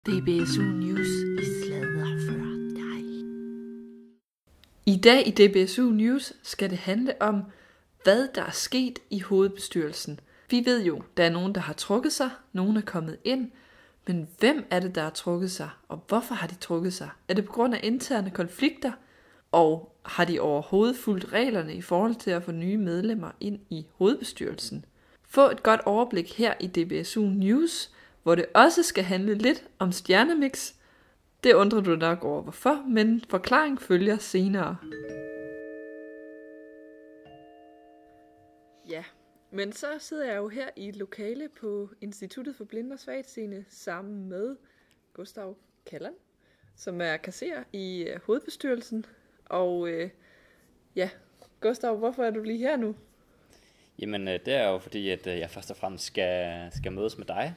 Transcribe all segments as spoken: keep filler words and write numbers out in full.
D B S U News, vi sladrer for dig. I dag i D B S U News skal det handle om, hvad der er sket i hovedbestyrelsen. Vi ved jo, der er nogen, der har trukket sig, nogen er kommet ind, men hvem er det, der har trukket sig, og hvorfor har de trukket sig? Er det på grund af interne konflikter, og har de overhovedet fulgt reglerne i forhold til at få nye medlemmer ind i hovedbestyrelsen? Få et godt overblik her i D B S U News, hvor det også skal handle lidt om stjernemix. Det undrer du nok over hvorfor, men forklaring følger senere. Ja, men så sidder jeg jo her i et lokale på Instituttet for Blinde og Svagtseende sammen med Gustav Kalland, som er kasserer i øh, hovedbestyrelsen. Og øh, ja, Gustav, hvorfor er du lige her nu? Jamen, øh, det er jo fordi, at øh, jeg først og fremmest skal, skal mødes med dig.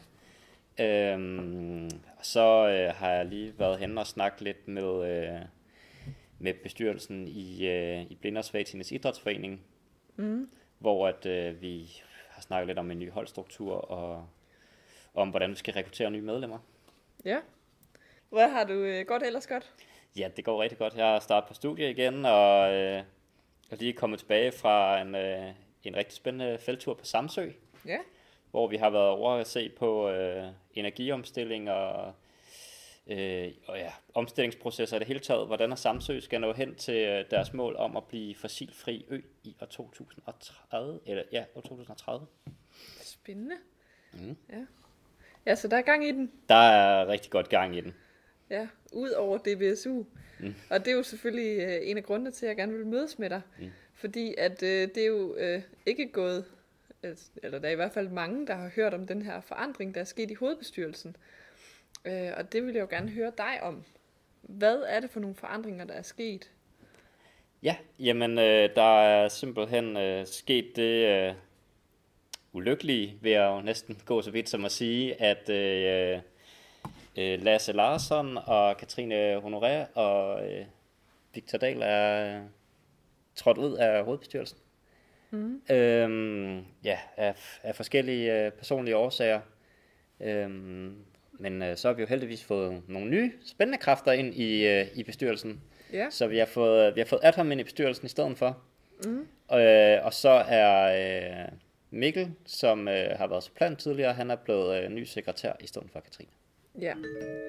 Øhm, så øh, har jeg lige været hen og snakket lidt med, øh, med bestyrelsen i, øh, i Blinde og Svagtseendes Idrætsforening, mm. hvor at, øh, vi har snakket lidt om en ny holdstruktur og om, hvordan vi skal rekruttere nye medlemmer. Ja. Hvad har du øh, godt ellers godt? Ja, det går rigtig godt. Jeg har startet på studie igen og øh, er lige kommet tilbage fra en, øh, en rigtig spændende felttur på Samsø. Ja. Hvor vi har været over at se på øh, energiomstilling og, øh, og ja, omstillingsprocesser i det hele taget. Hvordan Samsø skal nå hen til øh, deres mål om at blive fossilfri ø i år to tusind og tredive. Eller ja, år to tusind og tredive. Spændende. Mm. Ja. Ja, så der er gang i den. Der er rigtig godt gang i den. Ja, ud over D B S U. Mm. Og det er jo selvfølgelig øh, en af grundene til, at jeg gerne vil mødes med dig. Mm. Fordi at øh, det er jo øh, ikke gået... eller der er i hvert fald mange, der har hørt om den her forandring, der er sket i hovedbestyrelsen. Øh, og det vil jeg jo gerne høre dig om. Hvad er det for nogle forandringer, der er sket? Ja, jamen øh, der er simpelthen øh, sket det øh, ulykkelige, vil jeg jo næsten gå så vidt som at sige, at øh, øh, Lasse Larsson og Katrine Honoré og øh, Victor Dahl er øh, trådt ud af hovedbestyrelsen. Mm. Øhm, ja, af, af forskellige øh, personlige årsager. Øhm, men øh, så har vi jo heldigvis fået nogle nye spændende kræfter ind i, øh, i bestyrelsen. Yeah. Så vi har fået vi har fået Adam ind i bestyrelsen i stedet for. Mm. Øh, og så er øh, Mikkel, som øh, har været suppleant tidligere, han er blevet øh, ny sekretær i stedet for Katrine. Ja. Yeah.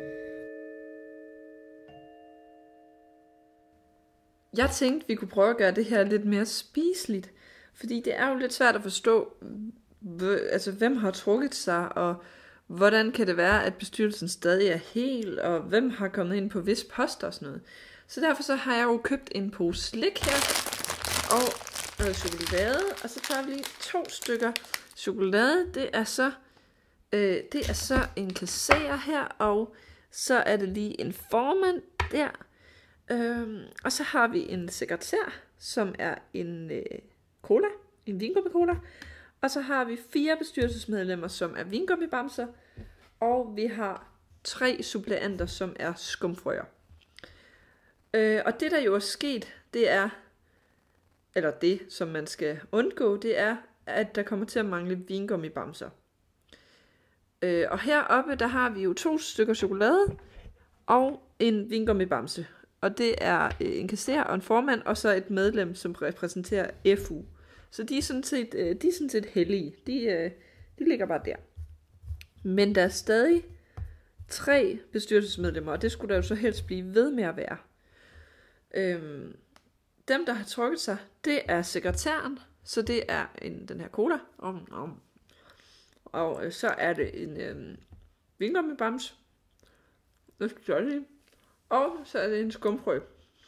Jeg tænkte, vi kunne prøve at gøre det her lidt mere spiseligt. Fordi det er jo lidt svært at forstå, altså hvem har trukket sig, og hvordan kan det være, at bestyrelsen stadig er hel, og hvem har kommet ind på vis poster og sådan noget. Så derfor så har jeg jo købt en pose slik her, og noget chokolade, og så tager vi lige to stykker chokolade. Det er så, øh, det er så en kasserer her, og så er det lige en formand der. Øh, og så har vi en sekretær, som er en... Øh, cola, en vingummi-cola, og så har vi fire bestyrelsesmedlemmer, som er vingummibamser, og vi har tre suppleanter, som er skumfrøer. Øh, og det, der jo er sket, det er, eller det, som man skal undgå, det er, at der kommer til at mangle vingummibamser. Øh, og heroppe, der har vi jo to stykker chokolade, og en vingummibamse. Og det er en kasserer og en formand, og så et medlem, som repræsenterer F U. Så de er sådan set, de er sådan set hellige. De, de ligger bare der. Men der er stadig tre bestyrelsesmedlemmer, og det skulle der jo så helst blive ved med at være. Øhm, dem, der har trukket sig, det er sekretæren. Så det er en, den her cola. Om, om. Og så er det en øhm, vingummibams. Det skal jeg lige. Og så er det en skumfrø.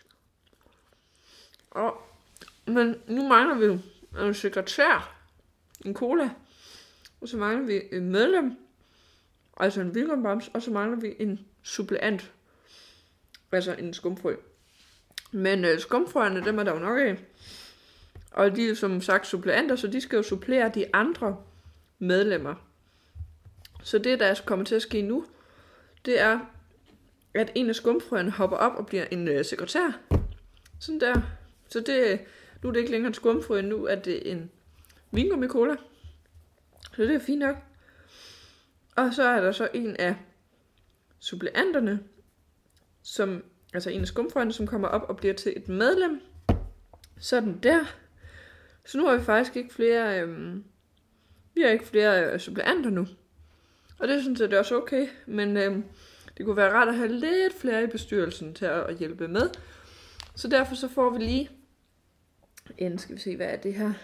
Og, men nu mangler vi jo en sekretær, en cola, og så mangler vi en medlem, altså en vingummibams, og så mangler vi en suppleant, altså en skumfrø. Men øh, skumfrøerne, dem er der jo nok af. Og de er som sagt suppleanter, så de skal jo supplere de andre medlemmer. Så det, der kommer til at ske nu, det er, at en af skumfrøerne hopper op og bliver en øh, sekretær. Sådan der. Så det, nu er det ikke længere en skumfrø, nu er det en vingummi-cola. Så det er fint nok. Og så er der så en af suppleanterne, som, altså en af skumfrøerne, som kommer op og bliver til et medlem. Sådan der. Så nu har vi faktisk ikke flere, øhm, vi har ikke flere øh, suppleanter nu. Og det synes jeg, det er også okay, men øhm, det kunne være rart at have lidt flere i bestyrelsen til at, at hjælpe med. Så derfor så får vi lige en, skal vi se, hvad er det her?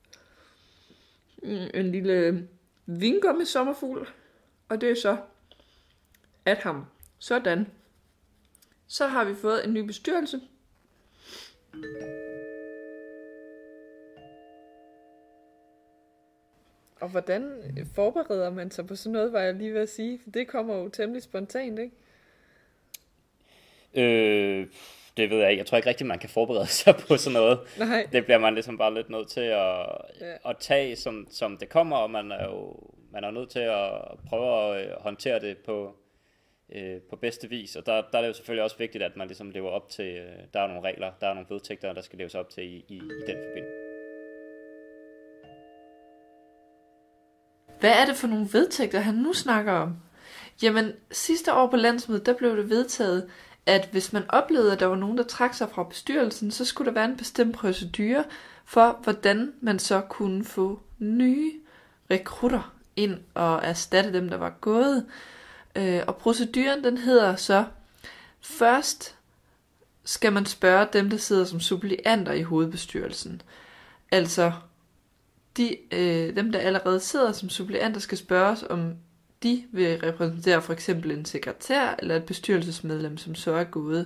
En lille vingummi sommerfugl. Og det er så at ham. Sådan. Så har vi fået en ny bestyrelse. Og hvordan forbereder man sig på sådan noget, var jeg lige ved at sige? For det kommer jo temmelig spontant, ikke? Øh, det ved jeg ikke. Jeg tror ikke rigtig, man kan forberede sig på sådan noget. Nej. Det bliver man ligesom bare lidt nødt til at, Ja. at tage, som, som det kommer, og man er jo man er nødt til at prøve at håndtere det på, øh, på bedste vis. Og der, der er det jo selvfølgelig også vigtigt, at man ligesom lever op til, øh, der er nogle regler, der er nogle vedtægter, der skal leves op til i, i, i den forbindelse. Hvad er det for nogle vedtægter, han nu snakker om? Jamen, sidste år på landsmødet, der blev det vedtaget, at hvis man oplevede, at der var nogen, der trak sig fra bestyrelsen, så skulle der være en bestemt procedure for, hvordan man så kunne få nye rekrutter ind og erstatte dem, der var gået. Og proceduren, den hedder så, først skal man spørge dem, der sidder som suppleanter i hovedbestyrelsen. Altså, de, øh, dem, der allerede sidder som suppleanter, skal spørges, om de vil repræsentere for eksempel en sekretær eller et bestyrelsesmedlem, som så er gået.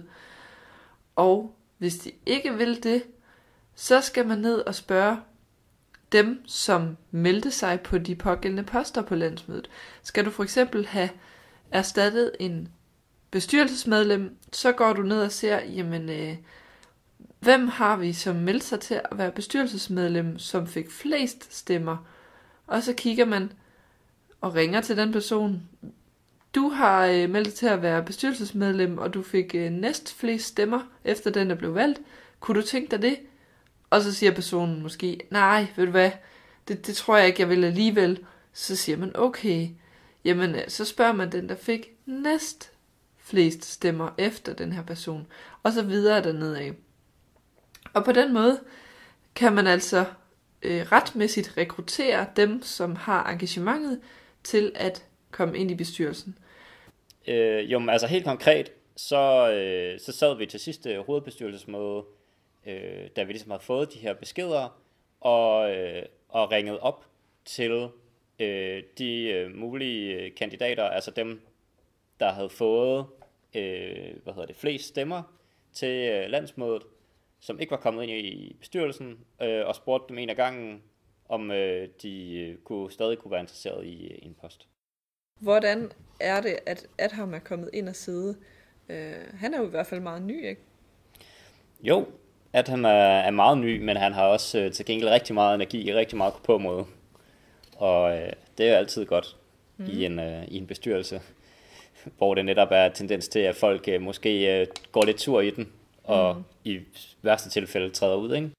Og hvis de ikke vil det, så skal man ned og spørge dem, som meldte sig på de pågældende poster på landsmødet. Skal du for eksempel have erstattet en bestyrelsesmedlem, så går du ned og ser, jamen, øh, hvem har vi, som meldte sig til at være bestyrelsesmedlem, som fik flest stemmer? Og så kigger man og ringer til den person. Du har øh, meldt dig til at være bestyrelsesmedlem, og du fik øh, næst flest stemmer, efter den der blev valgt. Kunne du tænke dig det? Og så siger personen måske, nej, ved du hvad, det, det tror jeg ikke, jeg vil alligevel. Så siger man, okay, jamen så spørger man den, der fik næst flest stemmer efter den her person, og så videre dernede af. Og på den måde kan man altså øh, retmæssigt rekruttere dem, som har engagementet til at komme ind i bestyrelsen. Øh, jo, men altså helt konkret, så, øh, så sad vi til sidste hovedbestyrelsesmøde, øh, da vi ligesom havde fået de her beskeder, og, øh, og ringet op til øh, de øh, mulige kandidater, altså dem, der havde fået øh, hvad hedder det, flest stemmer til øh, landsmødet, som ikke var kommet ind i bestyrelsen, øh, og spurgte dem en af gangen, om øh, de øh, kunne, stadig kunne være interesseret i, i en post. Hvordan er det, at Adham er kommet ind og sidde? Øh, han er jo i hvert fald meget ny, ikke? Jo, Adham er, er meget ny, men han har også øh, til gengæld rigtig meget energi, rigtig meget på måde. Og øh, det er jo altid godt mm. i, en, øh, i en bestyrelse, hvor det netop er tendens til, at folk øh, måske øh, går lidt tur i den, og mm. i værste tilfælde træder ud, ikke?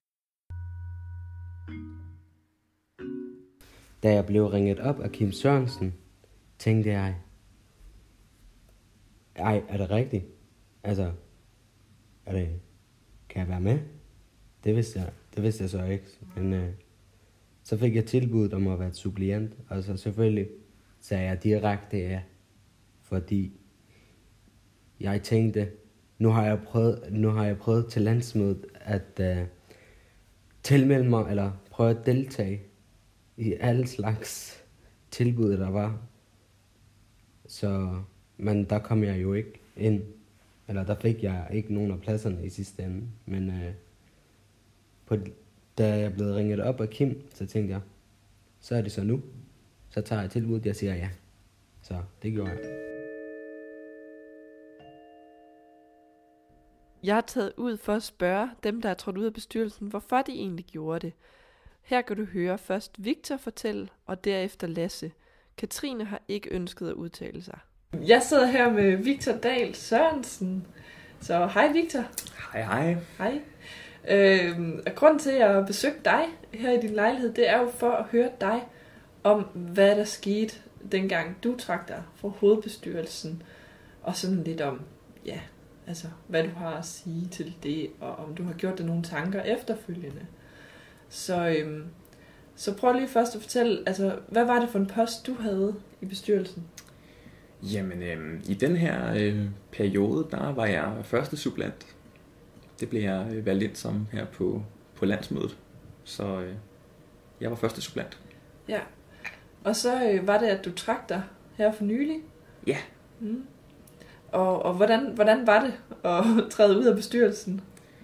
Da jeg blev ringet op af Kim Sørensen, tænkte jeg, ej, er det rigtigt? Altså, er det, kan jeg være med? Det vidste jeg, det vidste jeg så ikke. Men øh, så fik jeg tilbuddet om at være et suppliant, og så selvfølgelig sagde jeg direkte ja, fordi jeg tænkte, nu har jeg prøvet, nu har jeg prøvet til landsmødet at øh, tilmelde mig, eller prøve at deltage i alle slags tilbud, der var. Så, men der kom jeg jo ikke ind, eller der fik jeg ikke nogen af pladserne i sidste ende. Men øh, på, da jeg blev ringet op af Kim, så tænkte jeg, så er det så nu. Så tager jeg tilbuddet, jeg siger ja. Så det gjorde jeg. Jeg har taget ud for at spørge dem, der er trådt ud af bestyrelsen, hvorfor de egentlig gjorde det. Her kan du høre først Victor fortælle, og derefter Lasse. Katrine har ikke ønsket at udtale sig. Jeg sidder her med Victor Dahl Sørensen. Så hej Victor. Hej hej. Hej. Øhm, og grunden til, at jeg har besøgt dig her i din lejlighed, det er jo for at høre dig om, hvad der skete, dengang du trak dig fra hovedbestyrelsen. og sådan lidt om, ja, altså, hvad du har at sige til det, og om du har gjort dig nogle tanker efterfølgende. Så, øhm, så prøv lige først at fortælle, altså, hvad var det for en post, du havde i bestyrelsen? Jamen, øh, i den her øh, periode, der var jeg første suppleant. Det blev jeg øh, valgt ind som her på, på landsmødet. Så øh, jeg var første suppleant. Ja, og så øh, var det, at du trak dig her for nylig. Ja. Mm. Og, og hvordan, hvordan var det at træde ud af bestyrelsen?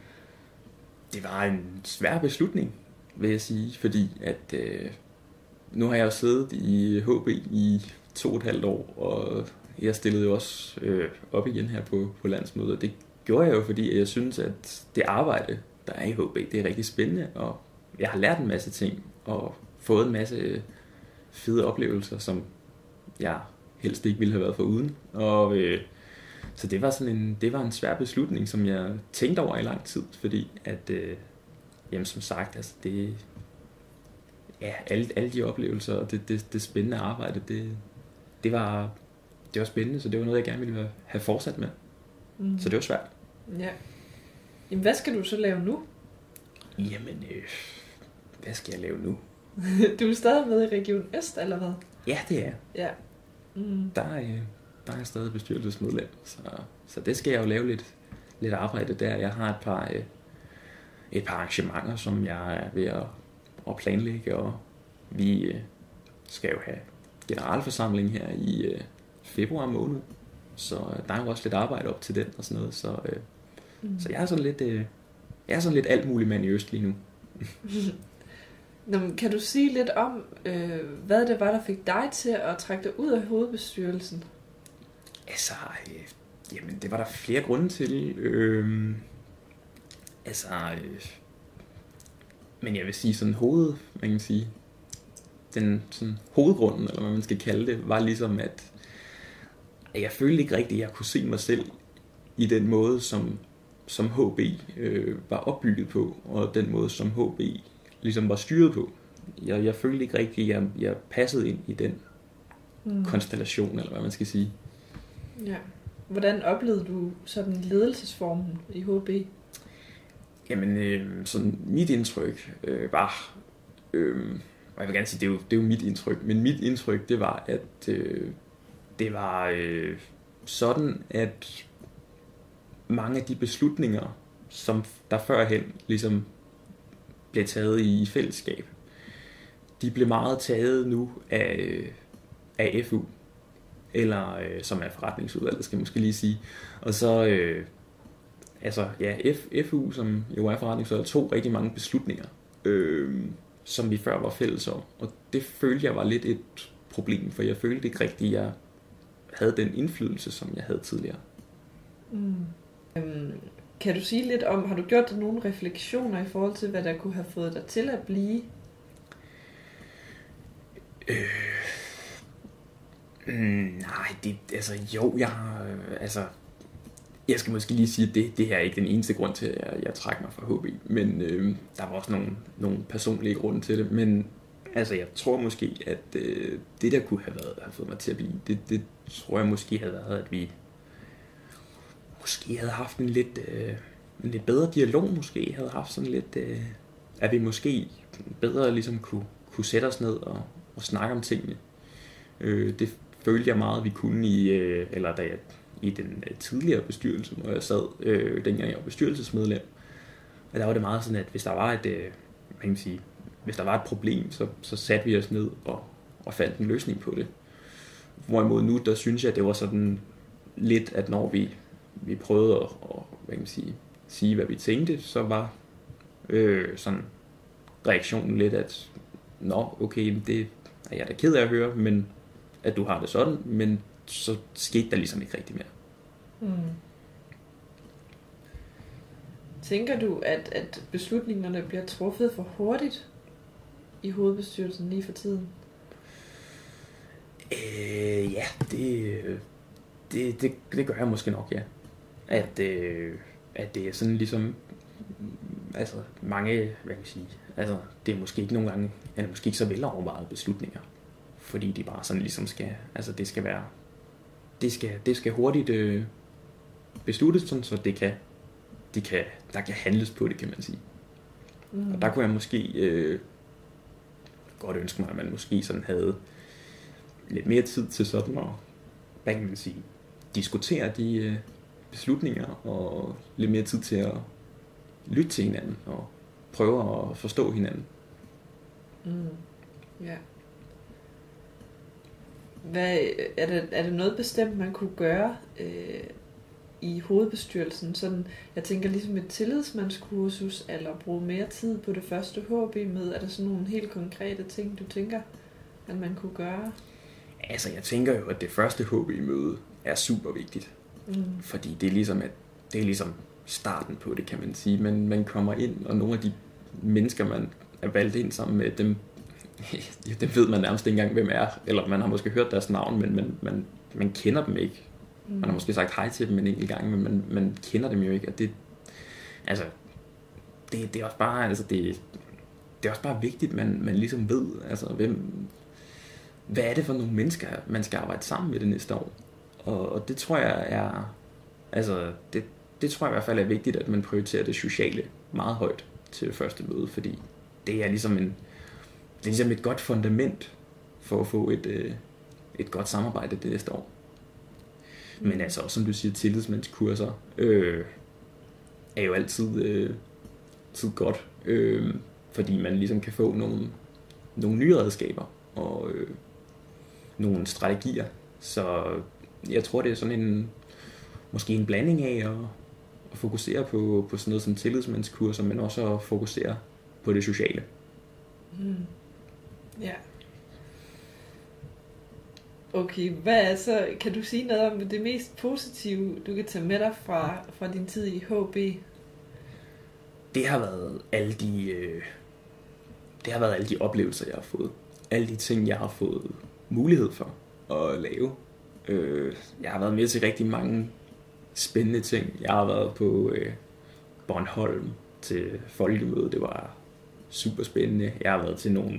Det var en svær beslutning, vil jeg sige, fordi at øh, nu har jeg jo siddet i H B i to og et halvt år, og jeg stillede jo også øh, op igen her på, på landsmødet, og det gjorde jeg jo, fordi jeg synes, at det arbejde, der er i H B, det er rigtig spændende, og jeg har lært en masse ting, og fået en masse fede oplevelser, som jeg helst ikke ville have været foruden, og øh, så det var sådan en, det var en svær beslutning, som jeg tænkte over i lang tid, fordi at, øh, jamen som sagt, altså det, ja, alle, alle de oplevelser og det, det, det spændende arbejde, det, det var, det var spændende, så det var noget, jeg gerne ville have fortsat med. Mm. Så det var svært. Ja. Jamen, hvad skal du så lave nu? Jamen, øh, hvad skal jeg lave nu? Du er stadig med i Region Øst, eller hvad? Ja, det er jeg. Ja. Mm. Der, øh, der er jeg stadig bestyrelsesmedlem, så, så det skal jeg jo lave lidt, lidt arbejde der. Jeg har et par, øh, et par arrangementer, som jeg er ved at, at planlægge, og vi øh, skal jo have generalforsamling her i øh, februar måned, så øh, der er jo også lidt arbejde op til den og sådan noget, så, øh, mm. så jeg er sådan lidt, øh, jeg er sådan lidt alt mulig mand i Øst lige nu. Nå, kan du sige lidt om, øh, hvad det var, der fik dig til at trække dig ud af hovedbestyrelsen? Altså, øh, jamen det var der flere grunde til. Øh, altså, øh, men jeg vil sige sådan hoved, man kan sige, den sådan, hovedgrunden, eller hvad man skal kalde det, var ligesom, at, at jeg følte ikke rigtigt, at jeg kunne se mig selv i den måde, som, som H B øh, var opbygget på, og den måde, som H B ligesom var styret på. Jeg, jeg følte ikke rigtigt, at jeg, jeg passede ind i den mm. konstellation, eller hvad man skal sige. Ja. Hvordan oplevede du sådan ledelsesformen i H B? Jamen, øh, sådan mit indtryk øh, var, øh, og jeg vil gerne sige, det er, jo, det er jo mit indtryk, men mit indtryk, det var, at øh, det var øh, sådan, at mange af de beslutninger, som der førhen ligesom blev taget i fællesskab, de blev meget taget nu af, af F U, eller øh, som er forretningsudvalget, skal jeg måske lige sige. Og så, øh, altså ja, F, F U, som jo er forretningsudvalget, tog rigtig mange beslutninger, øh, som vi før var fælles om. Og det følte jeg var lidt et problem, for jeg følte ikke rigtigt, at jeg havde den indflydelse, som jeg havde tidligere. Mm. Øhm, kan du sige lidt om, har du gjort dig nogle refleksioner i forhold til, hvad der kunne have fået dig til at blive? Øh, mm, nej, det, altså jo, jeg har, øh, altså, jeg skal måske lige sige, at det, det her er ikke den eneste grund til, at jeg, jeg trækker mig fra H B, men øh, der var også nogle, nogle personlige grunde til det, men altså, jeg tror måske, at øh, det, der kunne have, været, have fået mig til at blive, det, det tror jeg måske havde været, at vi måske havde haft en lidt, øh, en lidt bedre dialog, måske havde haft sådan lidt, øh, at vi måske bedre ligesom kunne, kunne sætte os ned og, og snakke om tingene. Øh, det følte jeg meget, vi kunne i, øh, eller da jeg, i den øh, tidligere bestyrelse, hvor jeg sad, øh, dengang jeg var bestyrelsesmedlem, og der var det meget sådan, at hvis der var et, øh, man kan sige, hvis der var et problem, så, så satte vi os ned og, og fandt en løsning på det. Hvorimod nu, der synes jeg, at det var sådan lidt, at når vi vi prøvede at, at hvad kan man sige, sige, hvad vi tænkte, så var øh, sådan reaktionen lidt, at nå, okay, det er jeg da ked af at høre, men at du har det sådan, men så skete der ligesom ikke rigtig mere. Mm. Tænker du, at, at beslutningerne bliver truffet for hurtigt i hovedbestyrelsen lige for tiden? Øh, ja, det, det, det, det gør jeg måske nok, ja. At, øh, at det er sådan ligesom, altså mange, hvad kan jeg sige, altså det er måske ikke nogle gange, eller måske ikke så velovervejede beslutninger, fordi de bare sådan ligesom skal, altså det skal være, det skal, det skal hurtigt øh, besluttes, sådan, så det kan, det kan, der kan handles på det, kan man sige. Mm. Og der kunne jeg måske øh, godt ønske mig, at man måske sådan havde lidt mere tid til sådan at, hvad kan man sige, diskutere de øh, beslutninger, og lidt mere tid til at lytte til hinanden, og prøve at forstå hinanden. Mm. Ja. Hvad, er, det, er det noget bestemt, man kunne gøre øh, i hovedbestyrelsen? Sådan, jeg tænker ligesom et tillidsmandskursus, eller bruge mere tid på det første H B-møde. Er der sådan nogle helt konkrete ting, du tænker, at man kunne gøre? Altså, jeg tænker jo, at det første H B-møde er super vigtigt. Mm. Fordi det er ligesom, at det er ligesom starten på det, kan man sige. Man, man kommer ind, og nogle af de mennesker, man er valgt ind sammen med, dem, dem ved man nærmest ikke engang, hvem er. Eller man har måske hørt deres navn, men man, man, man kender dem ikke. Mm. Man har måske sagt hej til dem en enkelt gang, men man, man kender dem jo ikke. Og det, altså, det, det er også bare, altså det, det er også bare vigtigt, man, man ligesom ved, altså hvem, hvad er det for nogle mennesker, man skal arbejde sammen med det næste år. Og, og det tror jeg er, altså det, det tror jeg i hvert fald er vigtigt, at man prioriterer det sociale meget højt til det første møde, fordi det er ligesom en, det er ligesom et godt fundament for at få et, et godt samarbejde det næste år. Mm. Men altså, som du siger, tillidsmandskurser øh, er jo altid, øh, altid godt, øh, fordi man ligesom kan få nogle, nogle nye redskaber og øh, nogle strategier. Så jeg tror, det er sådan en, måske en blanding af at, at fokusere på, på sådan noget som tillidsmandskurser, men også at fokusere på det sociale. Mm. Ja. Okay, hvad er så, kan du sige noget om det mest positive, du kan tage med dig fra, fra din tid i H B? Det har været alle de, øh, det har været alle de oplevelser, jeg har fået. Alle de ting, jeg har fået mulighed for at lave. Øh, jeg har været med til rigtig mange spændende ting. Jeg har været på øh, Bornholm til folkemøde. Det var super spændende. Jeg har været til nogle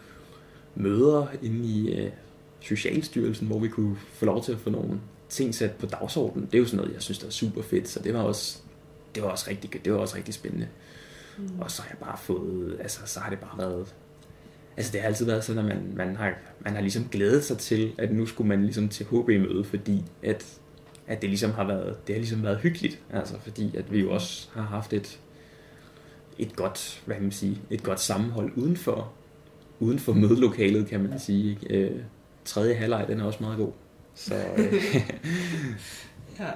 møder inde i øh, Socialstyrelsen, hvor vi kunne få lov til at få nogle ting sat på dagsordenen. Det er jo sådan noget, jeg synes, der er super fedt. Så det var også, det var også rigtig, det var også rigtig spændende. Mm. Og så har jeg bare fået, altså så har det bare været, altså det har altid været sådan, at man, man, har, man har ligesom glædet sig til, at nu skulle man ligesom til H B-møde, fordi at, at det ligesom har været, det har ligesom været hyggeligt, altså fordi at vi jo også har haft et, et godt, hvad kan man sige, et godt sammenhold uden for, uden for mødelokalet, kan man sige. Øh, tredje halvleg, den er også meget god. Så øh. ja.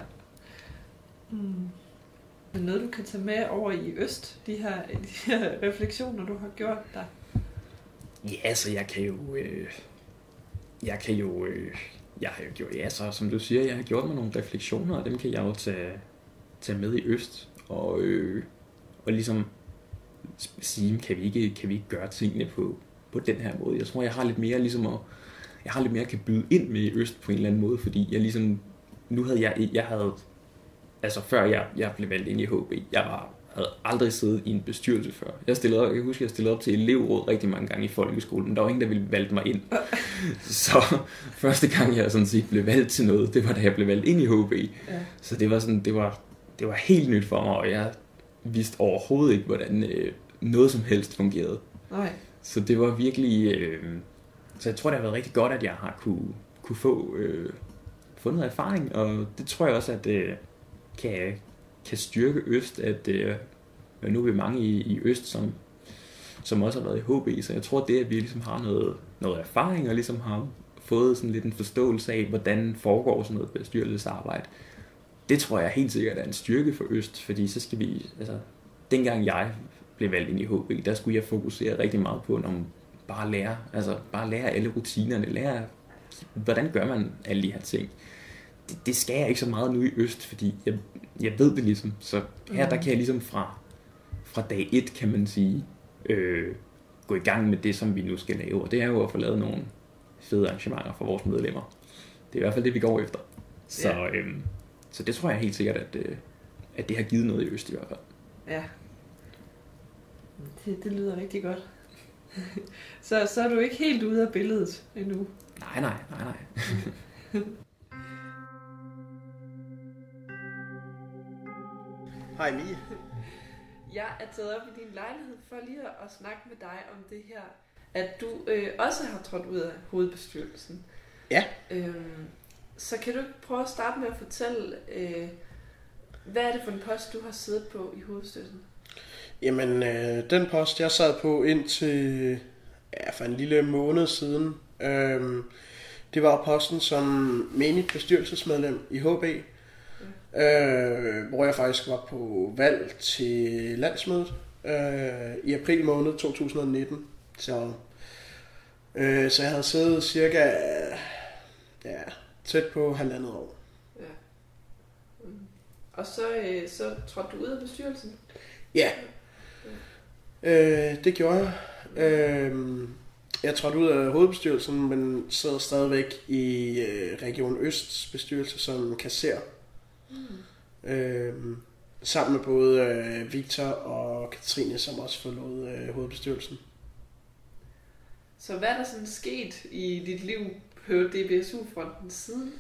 Mm. Er det noget, du kan tage med over i Øst, de her, de her refleksioner, du har gjort der? Ja, så jeg kan jo, øh, jeg kan jo, øh, jeg har jo gjort, ja, så som du siger, jeg har gjort mig nogle refleksioner, og dem kan jeg jo tage, tage med i Øst, og, øh, og ligesom sige, kan vi ikke, kan vi ikke gøre tingene på, på den her måde. Jeg tror, jeg har lidt mere ligesom at, jeg har lidt mere kan byde ind med i Øst på en eller anden måde, fordi jeg ligesom, nu havde jeg, jeg havde, altså før jeg, jeg blev valgt ind i H B, jeg var, havde aldrig siddet i en bestyrelse før. Jeg stillede, jeg kan huske, jeg stillede op til elevråd rigtig mange gange i folkeskolen, men der var ingen, der ville valgte mig ind. Så første gang, jeg sådan set blev valgt til noget, det var da jeg blev valgt ind i H B. Ja. Så det var sådan, det var, det var helt nyt for mig, og jeg vidste overhovedet ikke, hvordan øh, noget som helst fungerede. Nej. Så det var virkelig, øh, så jeg tror, det har været rigtig godt, at jeg har kunne, kunne få, øh, få noget erfaring, og det tror jeg også, at øh, kan, kan styrke Øst, at øh, nu er vi mange i, i Øst, som, som også har været i H B, så jeg tror, det at vi ligesom har noget, noget erfaring, og ligesom har fået sådan lidt en forståelse af, hvordan foregår sådan noget bestyrelsesarbejde, det tror jeg helt sikkert er en styrke for Øst, fordi så skal vi, altså dengang jeg blev valgt ind i H B, der skulle jeg fokusere rigtig meget på, når man bare lære, altså bare lære alle rutinerne, lære, hvordan gør man alle de her ting. Det, det skal jeg ikke så meget nu i Øst, fordi jeg, jeg ved det ligesom, så her der kan jeg ligesom fra, fra dag et, kan man sige, øh, gå i gang med det, som vi nu skal lave, og det er jo at få lavet nogle fede arrangementer for vores medlemmer. Det er i hvert fald det, vi går efter. Så, ja. øh, så det tror jeg helt sikkert, at, øh, at det har givet noget i Øst i hvert fald. Ja. Det, det lyder rigtig godt. så, så er du ikke helt ude af billedet endnu? Nej, nej, nej, nej. Hej Mie. Jeg er taget op i din lejlighed for lige at, at snakke med dig om det her, at du øh, også har trådt ud af hovedbestyrelsen. Ja. Øhm, så kan du ikke prøve at starte med at fortælle, øh, hvad er det for en post, du har siddet på i hovedbestyrelsen? Jamen, øh, den post, jeg sad på indtil ja, for en lille måned siden, øh, det var posten som menigt bestyrelsesmedlem i H B, mm. øh, hvor jeg faktisk var på valg til landsmødet øh, i april måned to tusind nitten. Så, øh, så jeg havde siddet cirka ja, tæt på halvandet år. Ja. Mm. Og så, øh, så trådte du ud af bestyrelsen? Ja, øh, det gjorde jeg. Øh, jeg trådte ud af hovedbestyrelsen, men sidder stadigvæk i øh, Region Østs bestyrelse som kasser. Mm. Øh, sammen med både øh, Victor og Katrine, som også forlod øh, hovedbestyrelsen. Så hvad er der sådan sket i dit liv på D B S U-fronten siden?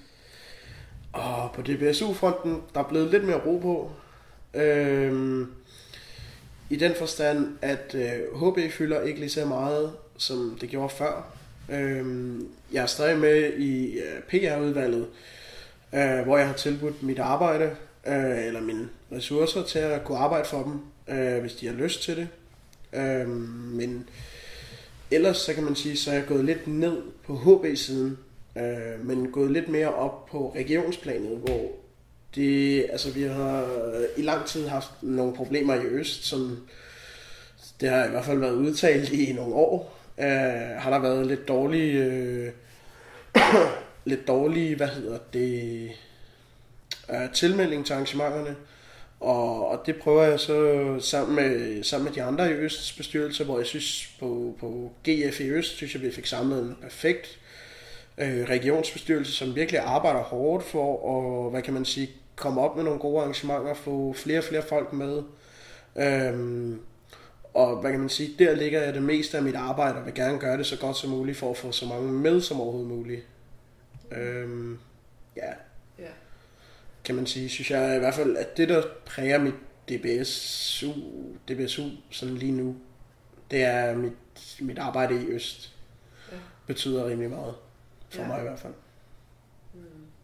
Og på D B S U-fronten, der er blevet lidt mere ro på. Øh, I den forstand, at øh, H B fylder ikke lige så meget, som det gjorde før. Øh, jeg er stadig med i øh, P R-udvalget, øh, hvor jeg har tilbudt mit arbejde, øh, eller mine ressourcer til at kunne arbejde for dem, øh, hvis de har lyst til det. Øh, men ellers så kan man sige, så er jeg gået lidt ned på H B-siden, øh, men gået lidt mere op på regionsplanet, hvor det, altså vi har i lang tid haft nogle problemer i Øst, som det har i hvert fald været udtalt i nogle år. Uh, har der været lidt dårlige, uh, lidt dårlige, hvad hedder det, uh, tilmelding til arrangementerne, og, og det prøver jeg så sammen med, sammen med de andre i Østs bestyrelse, hvor jeg synes på, på G F i Øst, synes jeg vi fik samlet en perfekt uh, regionsbestyrelse, som virkelig arbejder hårdt for at, hvad kan man sige, komme op med nogle gode arrangementer, få flere og flere folk med. Øhm, og hvad kan man sige, der ligger jeg det meste af mit arbejde, og vil gerne gøre det så godt som muligt, for at få så mange med som overhovedet muligt. Øhm, ja. Ja. Kan man sige, synes jeg i hvert fald, at det der præger mit D B S U, D B S U sådan lige nu, det er mit, mit arbejde i Øst. Ja. Betyder rimelig meget. For ja. mig i hvert fald. Mm.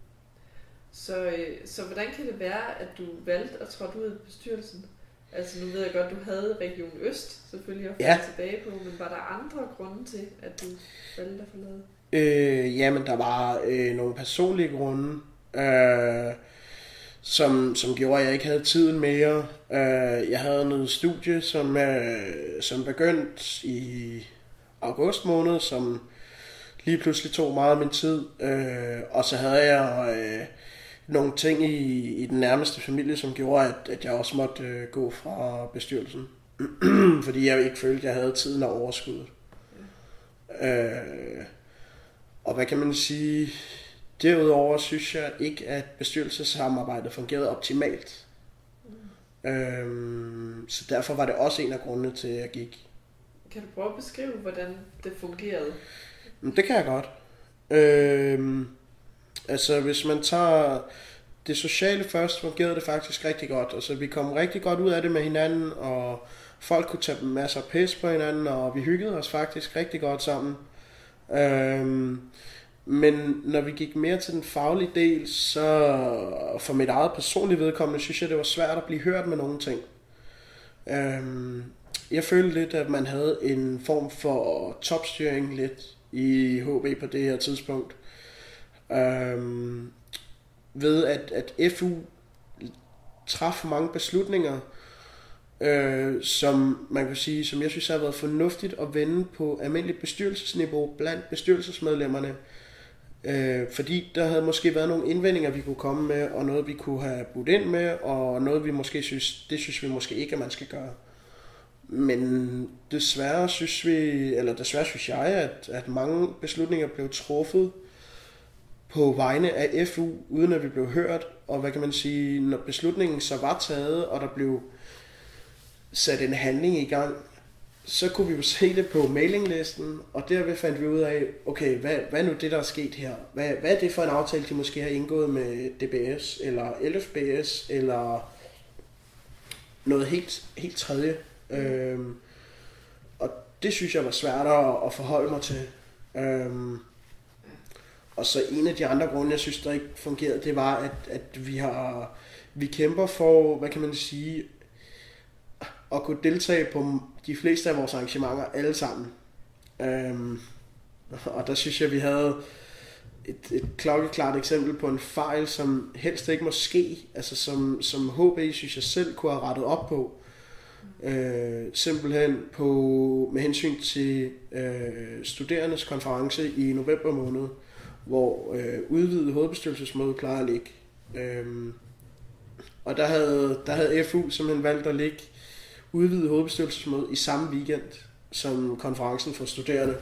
Så, øh, så hvordan kan det være, at du valgte at trådte ud af bestyrelsen? Altså nu ved jeg godt, du havde Region Øst selvfølgelig at falde ja. tilbage på, men var der andre grunde til, at du valgte at forlade? Øh, jamen der var øh, nogle personlige grunde, øh, som, som gjorde, at jeg ikke havde tiden mere. Øh, jeg havde noget studie, som, øh, som begyndte i august måned, som lige pludselig tog meget af min tid, øh, og så havde jeg øh, nogle ting i, i den nærmeste familie, som gjorde, at, at jeg også måtte øh, gå fra bestyrelsen, fordi jeg ikke følte, at jeg havde tiden og overskuddet. Ja. Øh, og hvad kan man sige, derudover synes jeg ikke, at bestyrelsessamarbejdet fungerede optimalt. Mm. Øh, så derfor var det også en af grundene til, at jeg gik. Kan du prøve at beskrive, hvordan det fungerede? Det kan jeg godt. Øhm, altså hvis man tager det sociale først, fungerede det faktisk rigtig godt. Altså vi kom rigtig godt ud af det med hinanden, og folk kunne tage masser af pis på hinanden, og vi hyggede os faktisk rigtig godt sammen. Øhm, men når vi gik mere til den faglige del, så for mit eget personlige vedkommende, synes jeg det var svært at blive hørt med nogle ting. Øhm, jeg følte lidt, at man havde en form for topstyring lidt i H B på det her tidspunkt. Øhm, ved at, at F U træffede mange beslutninger, øh, som man kan sige, som jeg synes har været fornuftigt at vende på almindeligt bestyrelsesniveau blandt bestyrelsesmedlemmerne. Øh, fordi der havde måske været nogle indvendinger, vi kunne komme med, og noget vi kunne have budt ind med, og noget vi måske synes, det synes vi måske ikke, at man skal gøre. Men desværre synes vi, eller desværre synes jeg, at, at mange beslutninger blev truffet på vegne af F U, uden at vi blev hørt. Og hvad kan man sige, når beslutningen så var taget, og der blev sat en handling i gang, så kunne vi jo se det på mailinglisten, og derved fandt vi ud af, okay, hvad, hvad er nu det, der er sket her? Hvad, hvad er det for en aftale, de måske har indgået med D B S, eller L F B S, eller noget helt, helt tredje. Øhm, og det synes jeg var svært at, at forholde mig til. Øhm, og så en af de andre grunde, jeg synes, der ikke fungerede, det var, at, at vi har vi kæmper for, hvad kan man sige, at kunne deltage på de fleste af vores arrangementer alle sammen. Øhm, og der synes jeg, vi havde et, et klokkeklart eksempel på en fejl, som helst ikke må ske, altså som, som H B, synes jeg selv, kunne have rettet op på. Øh, simpelthen på, med hensyn til øh, studerendes konference i november måned, hvor øh, udvidet hovedbestyrelsesmøde plejer at ligge. Øh, og der havde, der havde F U simpelthen valgt at ligge udvidet hovedbestyrelsesmøde i samme weekend som konferencen for studerende.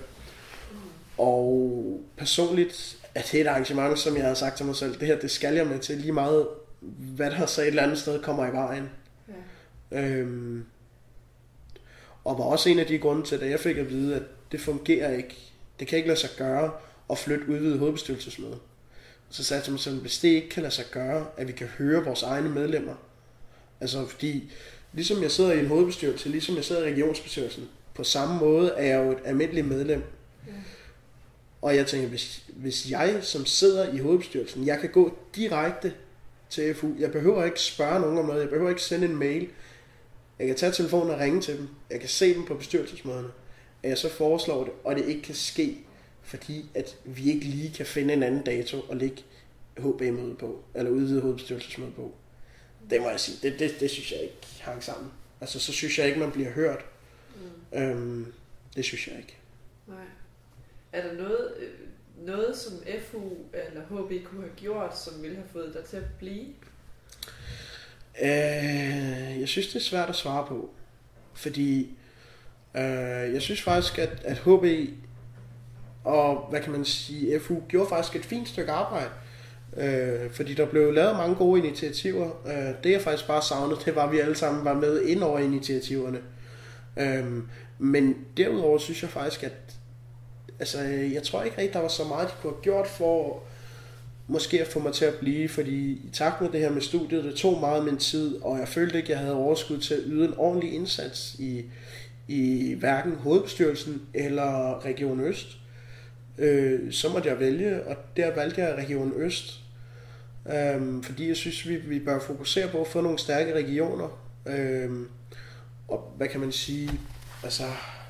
Og personligt er det et arrangement, som jeg havde sagt til mig selv, det her, det skal jeg med til, lige meget hvad der så et eller andet sted kommer i vejen. Ja. Øhm, og var også en af de grunde til, at jeg fik at vide, at det fungerer ikke. Det kan ikke lade sig gøre at flytte udvidet hovedbestyrelsesmøde. Så sagde jeg til mig selv, hvis det ikke kan lade sig gøre, at vi kan høre vores egne medlemmer. Altså fordi, ligesom jeg sidder i en hovedbestyrelse, ligesom jeg sidder i regionsbestyrelsen, på samme måde er jeg jo et almindeligt medlem. Ja. Og jeg tænker, hvis, hvis jeg, som sidder i hovedbestyrelsen, jeg kan gå direkte til F U, jeg behøver ikke spørge nogen om noget, jeg behøver ikke sende en mail, jeg kan tage telefonen og ringe til dem, jeg kan se dem på bestyrelsesmøderne, at jeg så foreslår det, og det ikke kan ske, fordi at vi ikke lige kan finde en anden dato og lægge H B-møde på, eller udvide hovedbestyrelsesmøde på. Det må jeg sige, det, det, det synes jeg ikke hang sammen. Altså, så synes jeg ikke, man bliver hørt. Mm. Øhm, det synes jeg ikke. Nej. Er der noget, noget, som F U eller H B kunne have gjort, som ville have fået dig til at blive? Øh, jeg synes, det er svært at svare på. Fordi øh, jeg synes faktisk, at, at H B og, hvad kan man sige, F U gjorde faktisk et fint stykke arbejde. Øh, fordi der blev lavet mange gode initiativer. Øh, det jeg faktisk bare savnede, det var, at vi alle sammen var med ind over initiativerne. Øh, men derudover synes jeg faktisk, at altså, jeg tror ikke rigtig, der var så meget, de kunne have gjort for måske at få mig til at blive, fordi i takt med det her med studiet, det tog meget af min tid, og jeg følte ikke, jeg havde overskud til at yde en ordentlig indsats i, i hverken hovedbestyrelsen eller Region Øst. Øh, så måtte jeg vælge, og der valgte jeg Region Øst, øh, fordi jeg synes, vi, vi bør fokusere på at få nogle stærke regioner. Øh, og hvad kan man sige, altså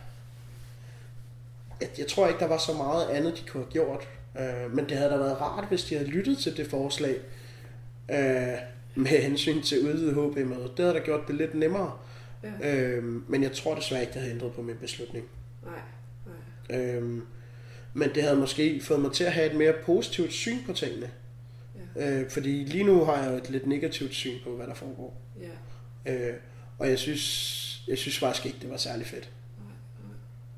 jeg, jeg tror ikke, der var så meget andet, de kunne have gjort. Øh, men det havde da været rart, hvis de havde lyttet til det forslag øh, med hensyn til udvidet H B-møde. Det havde da gjort det lidt nemmere. Ja. Øh, men jeg tror desværre ikke, det havde ændret på min beslutning. Nej. Nej. Øh, men det havde måske fået mig til at have et mere positivt syn på tingene. Ja. Øh, fordi lige nu har jeg jo et lidt negativt syn på, hvad der foregår. Ja. Øh, og jeg synes, jeg synes faktisk ikke, det var særlig fedt. Nej, nej.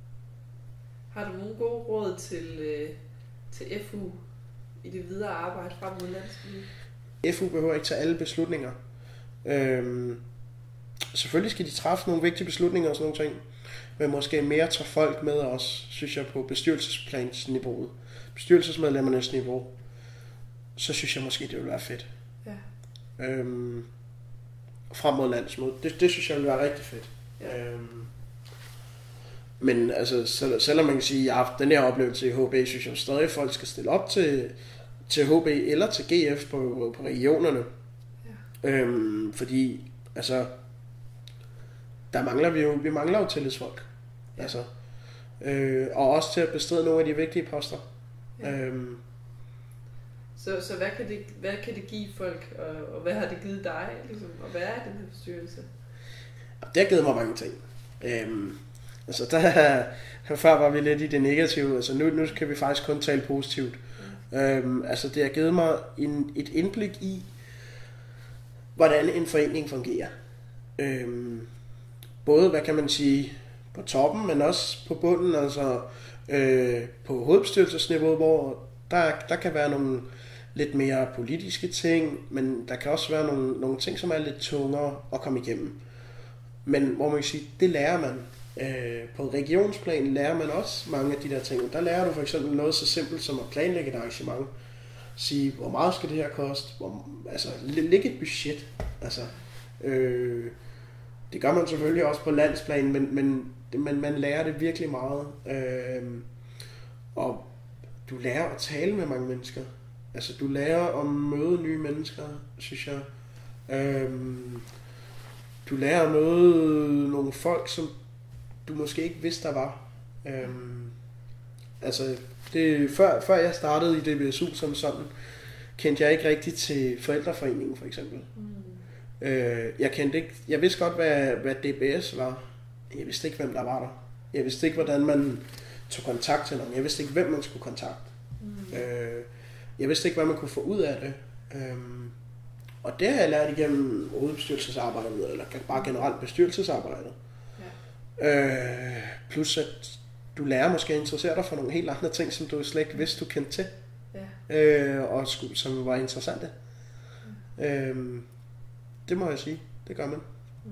Har du nogle gode råd til, øh, til F U i det videre arbejde frem mod landslivet? F U behøver ikke tage alle beslutninger. Øhm, selvfølgelig skal de træffe nogle vigtige beslutninger og sådan nogle ting, men måske mere tage folk med os, synes jeg, på bestyrelsesplansniveauet, bestyrelsesmedlemmernes niveau, så synes jeg måske, det vil være fedt. Ja. Øhm, frem mod landsmødet. Det, det synes jeg vil være rigtig fedt. Ja. Øhm, men altså, selv, selvom man kan sige, at jeg har haft den her oplevelse i H B, synes jeg stadig, at folk skal stille op til, til H B eller til G F på, på regionerne. Ja. Øhm, fordi, altså, der mangler vi jo, vi mangler jo tillidsfolk. Ja. Altså, øh, og også til at bestride nogle af de vigtige poster. Ja. Øhm, Så, så hvad, kan det, hvad kan det give folk, og, og hvad har det givet dig, ligesom, at være i den her bestyrelse? Det har givet mig mange ting. Øhm, altså der, før var vi lidt i det negative, altså nu, nu kan vi faktisk kun tale positivt. Mm. Øhm, altså det har givet mig en, et indblik i, hvordan en forening fungerer. Øhm, både, hvad kan man sige, på toppen, men også på bunden, altså øh, på hovedbestyrelsesniveau, hvor der, der kan være nogle lidt mere politiske ting, men der kan også være nogle, nogle ting, som er lidt tungere at komme igennem. Men hvor man kan sige, det lærer man. Øh, på regionsplan lærer man også mange af de der ting. Der lærer du for eksempel noget så simpelt som at planlægge et arrangement. Sige, hvor meget skal det her koste? Hvor, altså, lægge et budget. Altså, øh, det gør man selvfølgelig også på landsplan, men, men man, man lærer det virkelig meget. Øh, og du lærer at tale med mange mennesker. Altså, du lærer at møde nye mennesker, synes jeg. Øh, du lærer at møde nogle folk, som du måske ikke vidste, der var. Øh, altså, det, før, før jeg startede i D B S U som sådan, kendte jeg ikke rigtig til forældreforeningen, for eksempel. Mm. Øh, jeg kendte ikke, jeg vidste godt, hvad, hvad D B S var. Jeg vidste ikke, hvem der var der. Jeg vidste ikke, hvordan man tog kontakt til nogen. Jeg vidste ikke, hvem man skulle kontakte. Mm. Øh, jeg vidste ikke, hvad man kunne få ud af det. Øh, og det har jeg lært igennem hovedbestyrelsesarbejdet, eller bare generelt bestyrelsesarbejdet. Ja. Øh, plus at du lærer måske at interessere dig for nogle helt andre ting, som du slet ikke vidste, du kendte til. Ja. Øh, og skulle, som var interessante. Mm. Øh, det må jeg sige. Det gør man. Mm.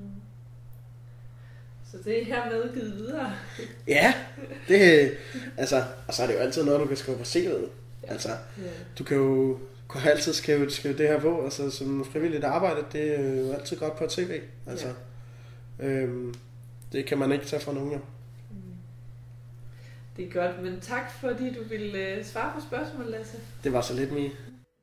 Så det er hermed givet videre. Ja, det, altså, og så er det jo altid noget, du kan skrive på C V'et. Altså, ja. Du kan jo kan altid skrive, skrive det her på, altså som frivilligt arbejde, det er jo altid godt på et C V. Altså, ja. øhm, det kan man ikke tage fra nogen. Ja. Det er godt, men tak fordi du ville uh, svare på spørgsmål, Lasse. Det var så lidt mere.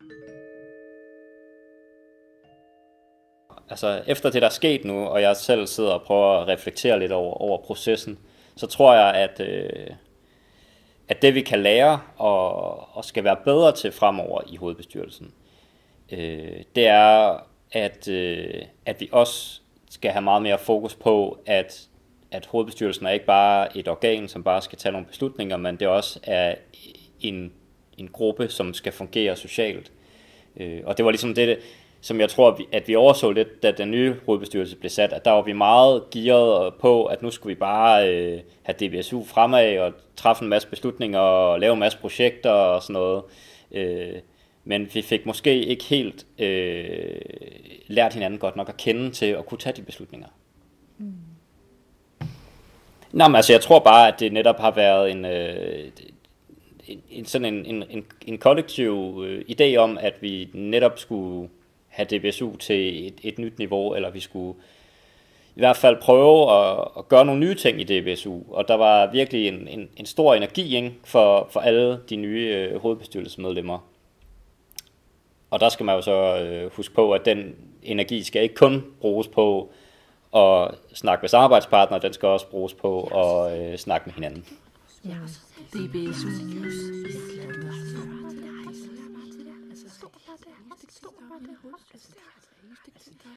Altså efter det der er sket nu, og jeg selv sidder og prøver at reflektere lidt over, over processen, så tror jeg, at, øh, at det vi kan lære og, og skal være bedre til fremover i hovedbestyrelsen, øh, det er, at, øh, at vi også skal have meget mere fokus på, at, at hovedbestyrelsen er ikke bare et organ, som bare skal tage nogle beslutninger, men det også er en, en gruppe, som skal fungere socialt. Øh, og det var ligesom det, som jeg tror, at vi, at vi overså lidt, da den nye hovedbestyrelse blev sat, at der var vi meget gearet på, at nu skulle vi bare øh, have D B S U fremad og træffe en masse beslutninger og lave en masse projekter og sådan noget. Øh, men vi fik måske ikke helt øh, lært hinanden godt nok at kende til at kunne tage de beslutninger. Mm. Nå, men altså, jeg tror bare, at det netop har været en, øh, en, en sådan en, en, en, en kollektiv øh, idé om, at vi netop skulle have D B S U til et, et nyt niveau, eller vi skulle i hvert fald prøve at, at gøre nogle nye ting i D B S U. Og der var virkelig en, en, en stor energi, ikke, for, for alle de nye øh, hovedbestyrelsesmedlemmer. Og der skal man jo så øh, huske på, at den energi skal ikke kun bruges på at snakke med samarbejdspartnere, den skal også bruges på at øh, snakke med hinanden. D B S U News.